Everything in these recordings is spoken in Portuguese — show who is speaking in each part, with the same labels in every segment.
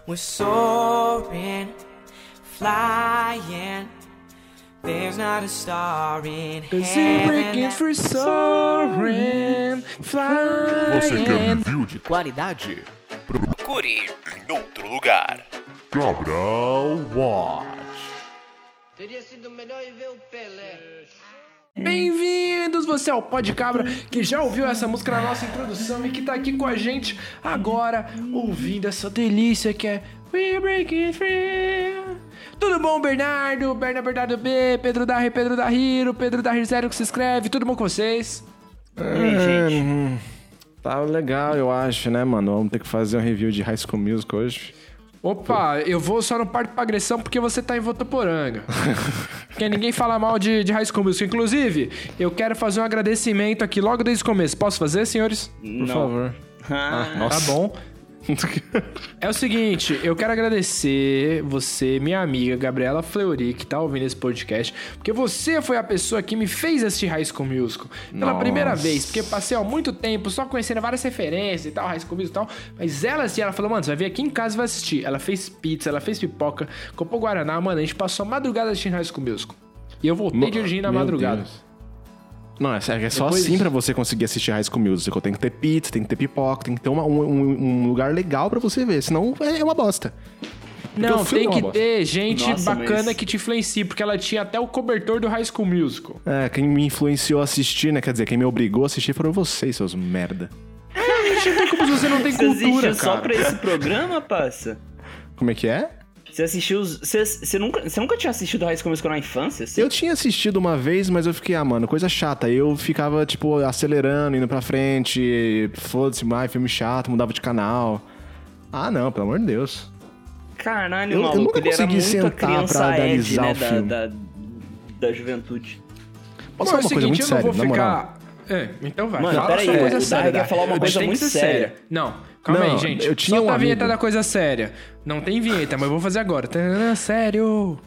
Speaker 1: We're soaring, flying. There's not a star in heaven.
Speaker 2: For soaring,
Speaker 3: Você quer
Speaker 2: flying.
Speaker 3: review de
Speaker 1: Qualidade. Procure em outro lugar.
Speaker 3: Cabral Watch?
Speaker 4: Teria sido melhor ir ver o Pelé.
Speaker 2: Bem-vindos, você é o Pod Cabra, que já ouviu essa música na nossa introdução e que tá aqui com a gente agora, ouvindo essa delícia que é We Breaking Free. Tudo bom, Bernardo? Bernardo B, Pedro da Hiro, Pedro da Zero que se inscreve, tudo bom com vocês?
Speaker 5: E aí, gente? Tá legal, eu acho, né, mano? Vamos ter que fazer um review de High School Musical hoje.
Speaker 2: Opa, eu vou só no parque pra agressão porque você tá em Votuporanga. Porque ninguém fala mal de High School Musical. Inclusive, eu quero fazer um agradecimento aqui logo desde o começo. Posso fazer, senhores?
Speaker 5: Por favor.
Speaker 2: Tá bom. É o seguinte, eu quero agradecer você, minha amiga Gabriela Fleury, que tá ouvindo esse podcast, porque você foi a pessoa que me fez assistir High School Musical pela primeira vez, porque passei há muito tempo só conhecendo várias referências e tal, High School Musical e tal, mas ela assim, ela falou, mano, você vai vir aqui em casa e vai assistir. Ela fez pizza, ela fez pipoca, comprou Guaraná, mano, a gente passou a madrugada assistindo High School Musical. E eu voltei dirigindo na madrugada.
Speaker 5: Deus. Não, é só
Speaker 2: Depois
Speaker 5: assim pra você conseguir assistir High School Musical. Tem que ter pizza, tem que ter pipoca, tem que ter um lugar legal pra você ver, senão é uma bosta.
Speaker 2: Não,
Speaker 5: o filme
Speaker 2: tem
Speaker 5: é uma
Speaker 2: que
Speaker 5: bosta.
Speaker 2: ter gente
Speaker 6: Nossa,
Speaker 2: bacana
Speaker 6: mas-
Speaker 2: que te influencie, porque ela tinha até o cobertor do High School Musical.
Speaker 5: É, quem me influenciou a assistir, né? Quer dizer, quem me obrigou a assistir foram vocês, seus merda.
Speaker 2: Como você não tem
Speaker 6: Você
Speaker 2: cultura,
Speaker 6: assistiu só
Speaker 2: cara.
Speaker 6: pra esse programa, parça?
Speaker 5: Como é que é?
Speaker 6: Você assistiu... Você nunca tinha assistido High School Musical na infância? Assim?
Speaker 5: Eu tinha assistido uma vez, mas eu fiquei, mano, coisa chata. Eu ficava, tipo, acelerando, indo pra frente, foda-se mais, filme chato, mudava de canal. Ah, não, pelo amor de Deus.
Speaker 6: Caralho,
Speaker 5: Eu
Speaker 6: maluco.
Speaker 5: nunca
Speaker 6: Ele era
Speaker 5: consegui
Speaker 6: muito a
Speaker 5: sentar
Speaker 6: criança
Speaker 5: pra
Speaker 6: Ed,
Speaker 5: analisar
Speaker 6: né?
Speaker 5: o filme.
Speaker 6: Da juventude.
Speaker 5: Posso
Speaker 2: Mano,
Speaker 5: falar uma coisa muito
Speaker 2: eu
Speaker 5: séria,
Speaker 2: não vou
Speaker 5: na moral?
Speaker 2: ficar... Então vai.
Speaker 6: Mano,
Speaker 2: Fala
Speaker 6: peraí,
Speaker 2: só
Speaker 6: o
Speaker 2: coisa
Speaker 6: Dark
Speaker 2: séria.
Speaker 6: ia falar uma coisa
Speaker 2: Tem que
Speaker 6: muito
Speaker 2: ser
Speaker 6: séria.
Speaker 2: Não, calma
Speaker 5: Não,
Speaker 2: aí, gente.
Speaker 5: eu tinha
Speaker 2: Solta
Speaker 5: um
Speaker 2: a vinheta
Speaker 5: amigo.
Speaker 2: da coisa séria. Não tem vinheta, mas eu vou fazer agora. Tanana, sério.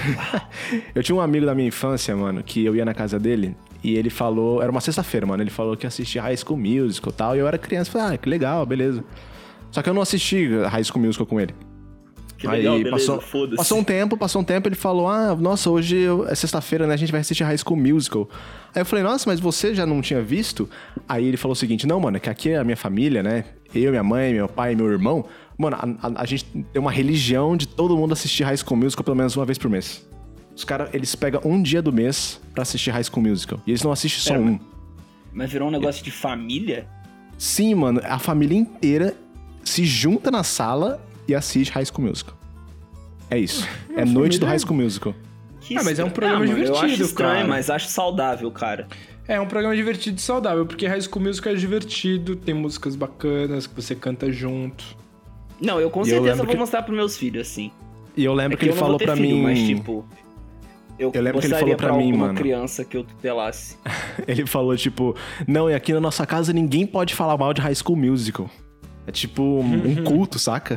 Speaker 5: Eu tinha um amigo da minha infância, mano, que eu ia na casa dele e ele falou... Era uma sexta-feira, mano. Ele falou que assistia High School Musical e tal. E eu era criança. Falei, que legal, beleza. Só que eu não assisti High School Musical com ele.
Speaker 6: Que legal, beleza,
Speaker 5: passou,
Speaker 6: foda-se.
Speaker 5: passou um tempo, ele falou, nossa, hoje é sexta-feira, né, a gente vai assistir High School Musical. Aí eu falei, nossa, mas você já não tinha visto? Aí ele falou o seguinte, não, mano, é que aqui é a minha família, né, eu, minha mãe, meu pai e meu irmão, mano, a gente tem uma religião de todo mundo assistir High School Musical pelo menos uma vez por mês. Os caras, eles pegam um dia do mês pra assistir High School Musical, e eles não assistem só um.
Speaker 6: Mas virou um negócio de família?
Speaker 5: Sim, mano, a família inteira se junta na sala e assiste High School Musical. É isso. É noite do High School Musical.
Speaker 6: Que
Speaker 2: mas é um
Speaker 6: estranho.
Speaker 2: programa
Speaker 6: Mano, eu
Speaker 2: divertido,
Speaker 6: acho estranho,
Speaker 2: cara.
Speaker 6: mas acho saudável, cara.
Speaker 2: É um programa divertido e saudável, porque High School Musical é divertido, tem músicas bacanas que você canta junto.
Speaker 6: Não, eu com
Speaker 5: E eu
Speaker 6: certeza
Speaker 5: lembro
Speaker 6: vou
Speaker 5: que-
Speaker 6: mostrar pros meus filhos, assim.
Speaker 5: E eu lembro
Speaker 6: É
Speaker 5: que ele
Speaker 6: eu não
Speaker 5: falou
Speaker 6: vou ter
Speaker 5: pra
Speaker 6: filho,
Speaker 5: mim...
Speaker 6: mas, tipo... Eu
Speaker 5: lembro que ele
Speaker 6: mostraria
Speaker 5: falou pra mim,
Speaker 6: alguma
Speaker 5: mano.
Speaker 6: criança que eu tutelasse.
Speaker 5: Ele falou, tipo... Não, e aqui na nossa casa ninguém pode falar mal de High School Musical. É tipo um culto, saca?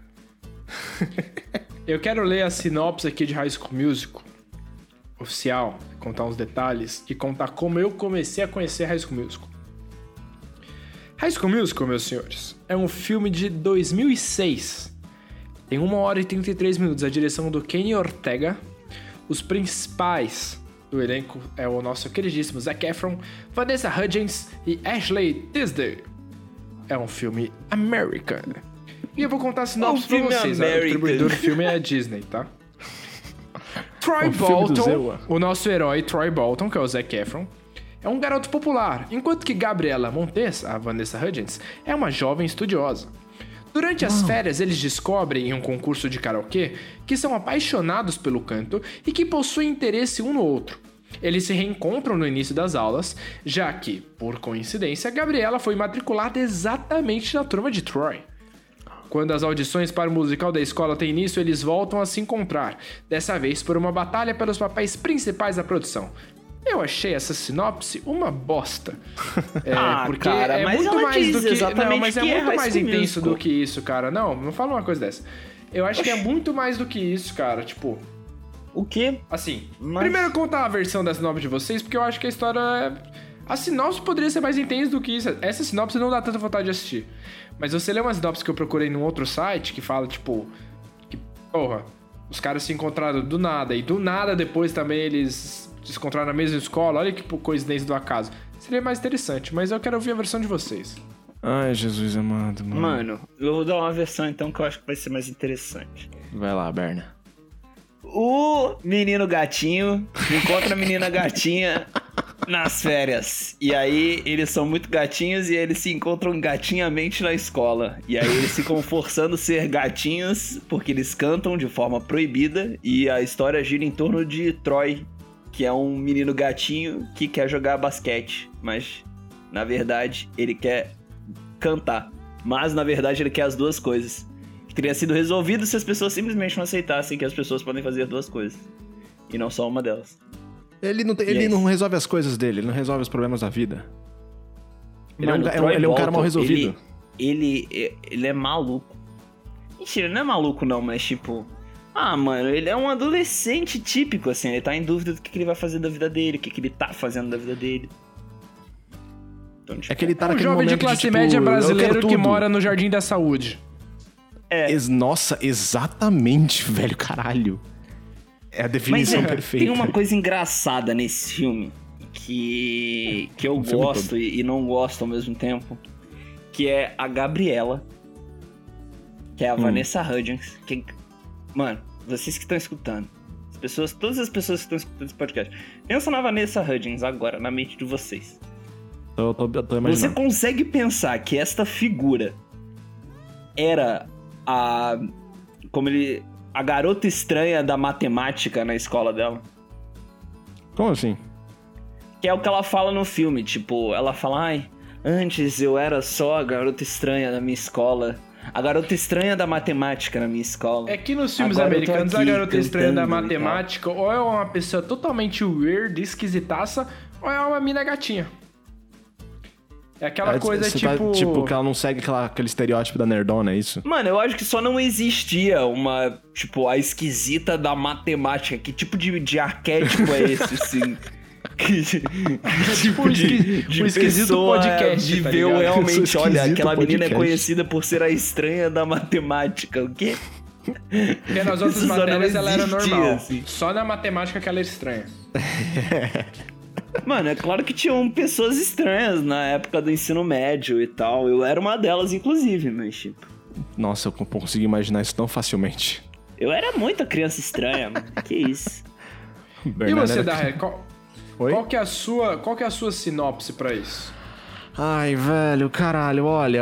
Speaker 2: Eu quero ler a sinopse aqui de High School Musical oficial, contar uns detalhes e contar como eu comecei a conhecer High School Musical. High School Musical, meus senhores, é um filme de 2006. Tem 1 hora e 33 minutos. A direção do Kenny Ortega. Os principais do elenco é o nosso queridíssimo Zac Efron, Vanessa Hudgens e Ashley Tisdale. É um filme American. E eu vou contar a sinopse pra
Speaker 6: filme
Speaker 2: vocês. O
Speaker 6: American.
Speaker 2: distribuidor do filme é a Disney, tá? Troy
Speaker 5: O filme do
Speaker 2: Bolton,
Speaker 5: Zewa.
Speaker 2: o nosso herói Troy Bolton, que é o Zac Efron, é um garoto popular, enquanto que Gabriela Montez, a Vanessa Hudgens, é uma jovem estudiosa. Durante as férias, eles descobrem em um concurso de karaokê que são apaixonados pelo canto e que possuem interesse um no outro. Eles se reencontram no início das aulas, já que, por coincidência, Gabriela foi matriculada exatamente na turma de Troy. Quando as audições para o musical da escola têm início, eles voltam a se encontrar, dessa vez por uma batalha pelos papéis principais da produção. Eu achei essa sinopse uma bosta. Porque
Speaker 6: cara,
Speaker 2: é
Speaker 6: mas
Speaker 2: muito
Speaker 6: ela
Speaker 2: mais
Speaker 6: diz
Speaker 2: do que...
Speaker 6: exatamente
Speaker 2: Não, mas é
Speaker 6: que é
Speaker 2: muito
Speaker 6: High
Speaker 2: mais
Speaker 6: School
Speaker 2: intenso
Speaker 6: Musical.
Speaker 2: do que isso, cara. Não fala uma coisa dessa. Eu acho que é muito mais do que isso, cara. Tipo,
Speaker 6: O quê?
Speaker 2: assim...
Speaker 6: Mas-
Speaker 2: Primeiro contar a versão da sinopse de vocês, porque eu acho que a história... A sinopse poderia ser mais intensa do que isso. Essa sinopse não dá tanta vontade de assistir. Mas você lê uma sinopse que eu procurei num outro site que fala, tipo... Que, porra, os caras se encontraram do nada. E do nada depois também eles se encontraram na mesma escola. Olha que coincidência do acaso. Seria mais interessante, mas eu quero ouvir a versão de vocês.
Speaker 5: Ai, Jesus amado, mano.
Speaker 6: Mano, eu vou dar uma versão então que eu acho que vai ser mais interessante.
Speaker 5: Vai lá, Berna.
Speaker 6: O menino gatinho encontra a menina gatinha nas férias. E aí eles são muito gatinhos e eles se encontram gatinhamente na escola. E aí eles ficam forçando ser gatinhos porque eles cantam de forma proibida. E a história gira em torno de Troy, que é um menino gatinho que quer jogar basquete. Mas, na verdade, ele quer cantar. Mas, na verdade, ele quer as duas coisas. Teria sido resolvido se as pessoas simplesmente não aceitassem que as pessoas podem fazer duas coisas. E não só uma delas.
Speaker 5: Ele não resolve as coisas dele, ele não resolve os problemas da vida.
Speaker 6: Mano,
Speaker 5: Ele é um cara mal resolvido.
Speaker 6: Ele é maluco. Mentira, ele não é maluco não, mas tipo... Ah, mano, ele é um adolescente típico, assim. Ele tá em dúvida do que ele vai fazer da vida dele, o que ele tá fazendo da vida dele. Então, tipo,
Speaker 5: É que ele tá
Speaker 2: Um
Speaker 5: naquele
Speaker 2: jovem de
Speaker 5: momento
Speaker 2: classe
Speaker 5: tipo,
Speaker 2: média
Speaker 5: eu
Speaker 2: brasileiro
Speaker 5: quero
Speaker 2: que
Speaker 5: tudo.
Speaker 2: mora no Jardim da Saúde.
Speaker 5: Nossa, exatamente, velho, caralho. É a
Speaker 6: Mas
Speaker 5: definição perfeita.
Speaker 6: tem uma coisa engraçada nesse filme que eu
Speaker 5: filme
Speaker 6: gosto e não gosto ao mesmo tempo, que é a Gabriela, que é a Vanessa Hudgens. Mano, vocês que estão escutando, todas as pessoas que estão escutando esse podcast, pensa na Vanessa Hudgens agora, na mente de vocês.
Speaker 5: Eu tô
Speaker 6: Você
Speaker 5: imaginando.
Speaker 6: consegue pensar que esta figura era a garota estranha da matemática na escola dela?
Speaker 5: Como assim?
Speaker 6: Que é o que ela fala no filme, tipo, ela fala, ai, antes eu era só a garota estranha da minha escola, a garota estranha da matemática na minha escola.
Speaker 2: É que nos filmes
Speaker 6: Agora eu tô
Speaker 2: americanos, a
Speaker 6: aqui
Speaker 2: garota estranha da
Speaker 6: cantando e tal.
Speaker 2: matemática ou é uma pessoa totalmente weird, esquisitaça, ou é uma mina gatinha. É aquela coisa
Speaker 5: Você
Speaker 2: tipo...
Speaker 5: tá, tipo, que ela não segue aquele estereótipo da nerdona, é isso?
Speaker 6: Mano, eu acho que só não existia uma, tipo, a esquisita da matemática. Que tipo de arquétipo é esse, assim?
Speaker 2: Tipo, o esquisito
Speaker 6: pessoa
Speaker 2: podcast, tá
Speaker 6: viveu
Speaker 2: ligado?
Speaker 6: realmente,
Speaker 5: Sou
Speaker 6: olha,
Speaker 5: esquisito
Speaker 6: aquela menina é
Speaker 5: podcast.
Speaker 6: conhecida por ser a estranha da matemática. O quê?
Speaker 2: Porque nas outras
Speaker 6: Isso só não
Speaker 2: matérias ela era
Speaker 6: existia,
Speaker 2: normal.
Speaker 6: assim.
Speaker 2: Só na matemática que ela era estranha.
Speaker 6: Mano, é claro que tinham pessoas estranhas na época do ensino médio e tal. Eu era uma delas, inclusive, mas tipo...
Speaker 5: Nossa, eu consegui imaginar isso tão facilmente.
Speaker 6: Eu era muita criança estranha, mano. Que isso?
Speaker 2: E
Speaker 5: Bernardo
Speaker 2: você,
Speaker 5: era-
Speaker 2: Darré,
Speaker 5: Oi?
Speaker 2: qual que é a sua sinopse pra isso?
Speaker 5: Ai, velho, caralho, olha,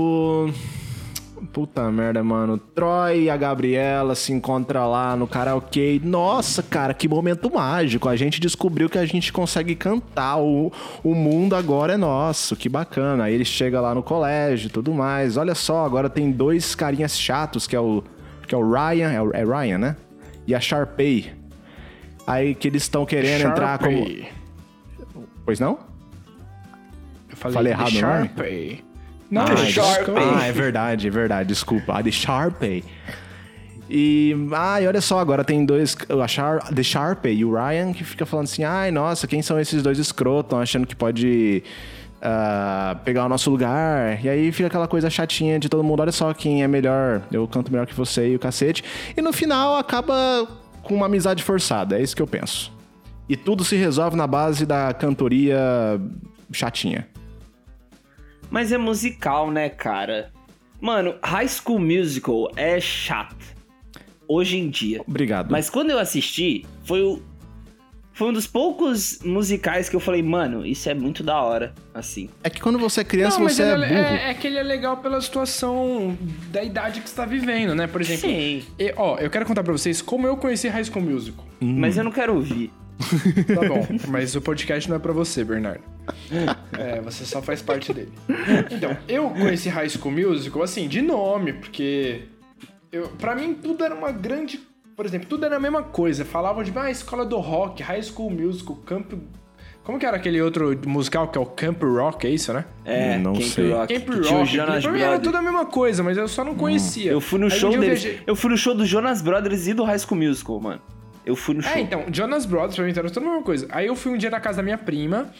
Speaker 5: Puta merda, mano. Troy e a Gabriela se encontram lá no karaokê. Nossa, cara, que momento mágico. A gente descobriu que a gente consegue cantar. O mundo agora é nosso. Que bacana. Aí ele chega lá no colégio e tudo mais. Olha só, agora tem dois carinhas chatos, que é o Ryan. É Ryan, né? E a Sharpay. Aí que eles estão querendo entrar como...
Speaker 2: Sharpay.
Speaker 5: Pois não?
Speaker 2: Eu
Speaker 5: Falei errado o nome?
Speaker 2: Sharpay. Não,
Speaker 6: The Sharpay.
Speaker 5: É verdade, desculpa. A The Sharpay. E, olha só, agora tem dois, The Sharpay e o Ryan, que fica falando assim, ai, nossa, quem são esses dois escrotos, achando que pode pegar o nosso lugar. E aí fica aquela coisa chatinha de todo mundo, olha só quem é melhor, eu canto melhor que você e o cacete. E no final acaba com uma amizade forçada, é isso que eu penso. E tudo se resolve na base da cantoria chatinha.
Speaker 6: Mas é musical, né, cara? Mano, High School Musical é chato. Hoje em dia.
Speaker 5: Obrigado.
Speaker 6: Mas quando eu assisti, foi um dos poucos musicais que eu falei, mano, isso é muito da hora, assim.
Speaker 5: É que quando você é criança,
Speaker 2: Não, mas
Speaker 5: você é
Speaker 2: ele
Speaker 5: burro.
Speaker 2: é que ele é legal pela situação da idade que você tá vivendo, né? Por exemplo,
Speaker 6: Sim.
Speaker 2: eu quero contar pra vocês como eu conheci High School Musical.
Speaker 6: Mas eu não quero ouvir.
Speaker 2: Tá bom, mas o podcast não é pra você, Bernardo. Você só faz parte dele. Então, eu conheci High School Musical, assim, de nome, porque... Pra mim, tudo era uma grande... Por exemplo, tudo era a mesma coisa. Falavam de, escola do rock, High School Musical, Camp... Como que era aquele outro musical que é o Camp Rock, é isso, né?
Speaker 5: Não
Speaker 6: Camp
Speaker 5: sei.
Speaker 6: Rock.
Speaker 2: Camp
Speaker 6: que tinha o
Speaker 2: Rock.
Speaker 6: Jonas
Speaker 2: Pra mim era
Speaker 6: Brothers.
Speaker 2: tudo a mesma coisa, mas eu só não conhecia.
Speaker 6: Eu fui no
Speaker 2: Aí um
Speaker 6: show
Speaker 2: dia eu
Speaker 6: deles.
Speaker 2: viajei-
Speaker 6: Eu fui no show do Jonas Brothers e do High School Musical, mano. Eu fui no show.
Speaker 2: Então, Jonas Brothers pra mim era tudo a mesma coisa. Aí eu fui um dia na casa da minha prima,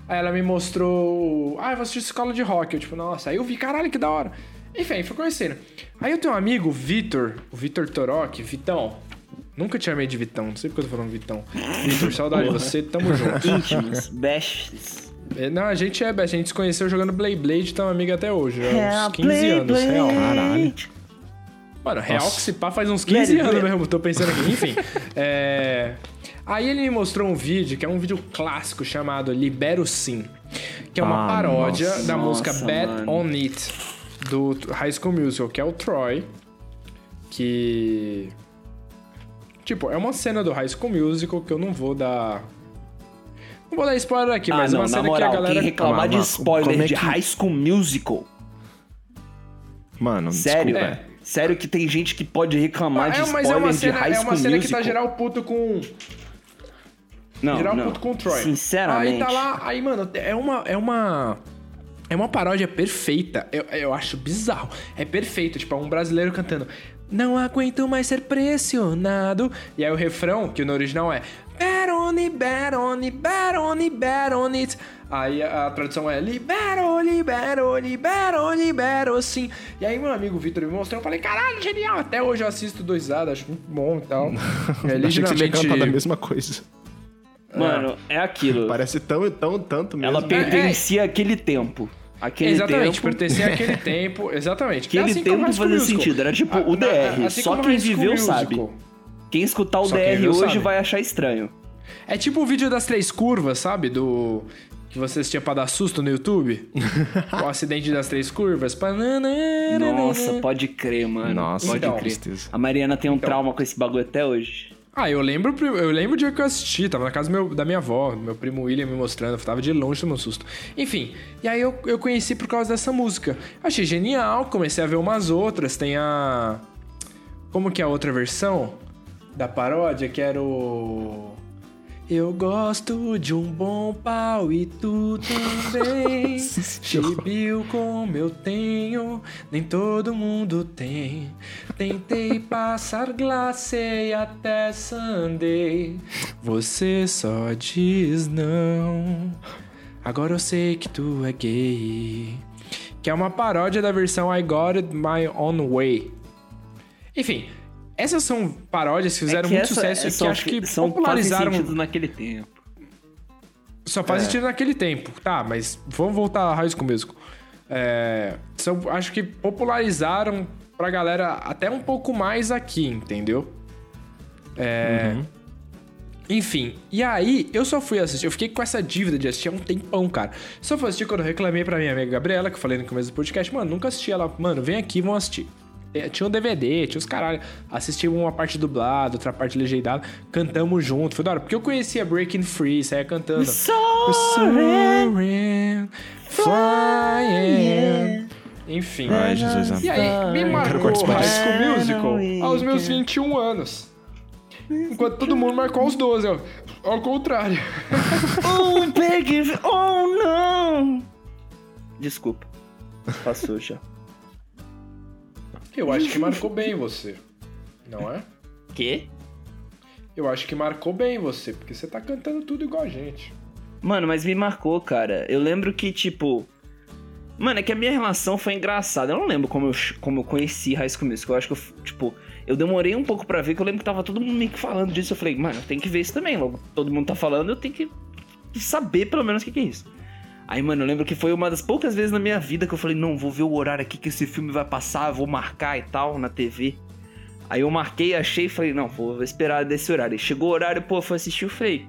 Speaker 2: Aí ela me mostrou... Ah, eu vou assistir Escola de Rock. Eu tipo, nossa. Aí eu vi, caralho, que da hora. Enfim, fui conhecendo. Aí eu tenho um amigo, o Vitor Torok. Vitão. Nunca te chamei de Vitão. Não sei porque eu tô falando Vitão. Vitor, saudade de você. Tamo junto.
Speaker 6: Íntimos, bestes.
Speaker 2: Não, a gente é best. A gente se conheceu jogando Blade, então amigo até hoje.
Speaker 6: É,
Speaker 2: Há uns 15 anos, real.
Speaker 5: Caralho.
Speaker 2: Mano, real que se pá faz uns 15 anos mesmo. Tô pensando aqui. Enfim. Aí ele me mostrou um vídeo, que é um vídeo clássico chamado Libero Sim. Que é uma paródia da música Bet On It, do High School Musical, que é o Troy. Que... Tipo, é uma cena do High School Musical que eu não vou dar... Não vou dar spoiler aqui, mas é uma cena
Speaker 6: moral,
Speaker 2: que a galera...
Speaker 6: quem reclamar de spoiler
Speaker 5: como é
Speaker 6: de
Speaker 5: que-
Speaker 6: High School Musical...
Speaker 5: Mano,
Speaker 6: Sério?
Speaker 5: desculpa.
Speaker 6: Sério que tem gente que pode reclamar de
Speaker 2: Mas
Speaker 6: spoiler
Speaker 2: é
Speaker 6: de High School
Speaker 2: uma cena
Speaker 6: Musical?
Speaker 2: que tá geral puto com... geral puto com o Troy.
Speaker 6: Sinceramente.
Speaker 2: Aí tá lá... Aí, mano, é uma paródia perfeita. Eu acho bizarro. É perfeito. Tipo, é um brasileiro cantando... Não aguento mais ser pressionado. E aí o refrão, que no original é... Bet on it, bet on it, bet on it, bet on it. Aí a tradução é... Libero, libero, libero, libero, sim. E aí meu amigo Vitor me mostrou. Eu falei, caralho, genial. Até hoje eu assisto Doisada, acho muito bom e tal.
Speaker 5: Achei que você tinha cantado a mesma coisa.
Speaker 6: Mano, é aquilo.
Speaker 5: Parece tanto mesmo.
Speaker 6: Ela pertencia àquele tempo.
Speaker 2: Exatamente,
Speaker 6: tempo,
Speaker 2: pertencia àquele tempo, exatamente.
Speaker 6: Aquele
Speaker 2: Assim como
Speaker 6: tempo
Speaker 2: High School
Speaker 6: fazia
Speaker 2: Musical.
Speaker 6: sentido. Era tipo o DR.
Speaker 2: Assim
Speaker 6: Só
Speaker 2: como
Speaker 6: quem
Speaker 2: High School
Speaker 6: viveu
Speaker 2: Musical.
Speaker 6: sabe. Quem escutar o
Speaker 2: Só quem
Speaker 6: DR
Speaker 2: viveu
Speaker 6: hoje
Speaker 2: sabe.
Speaker 6: vai achar estranho.
Speaker 2: É tipo o vídeo das 3 curvas, sabe? Do... Que você assistia pra dar susto no YouTube. O acidente das 3 curvas.
Speaker 6: Nossa, pode crer, mano.
Speaker 5: Nossa,
Speaker 6: pode
Speaker 2: então.
Speaker 5: que
Speaker 6: crer.
Speaker 5: tristeza.
Speaker 6: A Mariana tem um trauma com esse bagulho até hoje.
Speaker 2: Ah, eu lembro o dia que eu assisti, tava na casa da minha avó, meu primo William me mostrando, eu tava de longe do meu susto. Enfim, e aí eu conheci por causa dessa música. Achei genial, comecei a ver umas outras, tem a... Como que é a outra versão da paródia, que era o... Eu gosto de um bom pau e tu também. Chibiu como eu tenho, nem todo mundo tem. Tentei passar glacê até sundae. Você só diz não. Agora eu sei que tu é gay. Que é uma paródia da versão I Got It My Own Way. Enfim... Essas são paródias que fizeram muito sucesso e que acho que popularizaram...
Speaker 6: Fazem sentido naquele tempo.
Speaker 2: Só faz sentido naquele tempo. Tá, mas vamos voltar a High School Musical. Acho que popularizaram pra galera até um pouco mais aqui, entendeu? Enfim, e aí eu só fui assistir, eu fiquei com essa dívida de assistir há um tempão, cara. Só fui assistir quando eu reclamei pra minha amiga Gabriela, que eu falei no começo do podcast, mano, nunca assisti ela, mano, vem aqui, vamos assistir. Tinha um DVD, tinha os caralho. Assistimos uma parte dublada, outra parte legendada. Cantamos junto, foi da hora. Porque eu conhecia Breaking Free, saía cantando. Soaring, flying. Enfim.
Speaker 5: Ai, Jesus.
Speaker 2: E aí, me marcou High School Musical aos meus 21 anos. Enquanto todo mundo marcou aos 12, ó. Ao contrário.
Speaker 6: Oh, baby, oh, não. Desculpa. Passou já.
Speaker 2: Eu acho que marcou bem você. Não é?
Speaker 6: Quê?
Speaker 2: Eu acho que marcou bem você, porque você tá cantando tudo igual a gente.
Speaker 6: Mano, mas me marcou, cara. Eu lembro que, tipo... Mano, é que a minha relação foi engraçada. Eu não lembro como eu conheci High School Musical. Eu acho que, eu demorei um pouco pra ver, que eu lembro que tava todo mundo meio que falando disso. Eu falei, mano, eu tenho que ver isso também. Logo, todo mundo tá falando, eu tenho que saber pelo menos o que é isso. Aí, mano, eu lembro que foi uma das poucas vezes na minha vida que eu falei, não, vou ver o horário aqui que esse filme vai passar, vou marcar e tal, na TV. Aí eu marquei, achei e falei, não, vou esperar desse horário. E chegou o horário, pô, eu fui assistir, eu falei,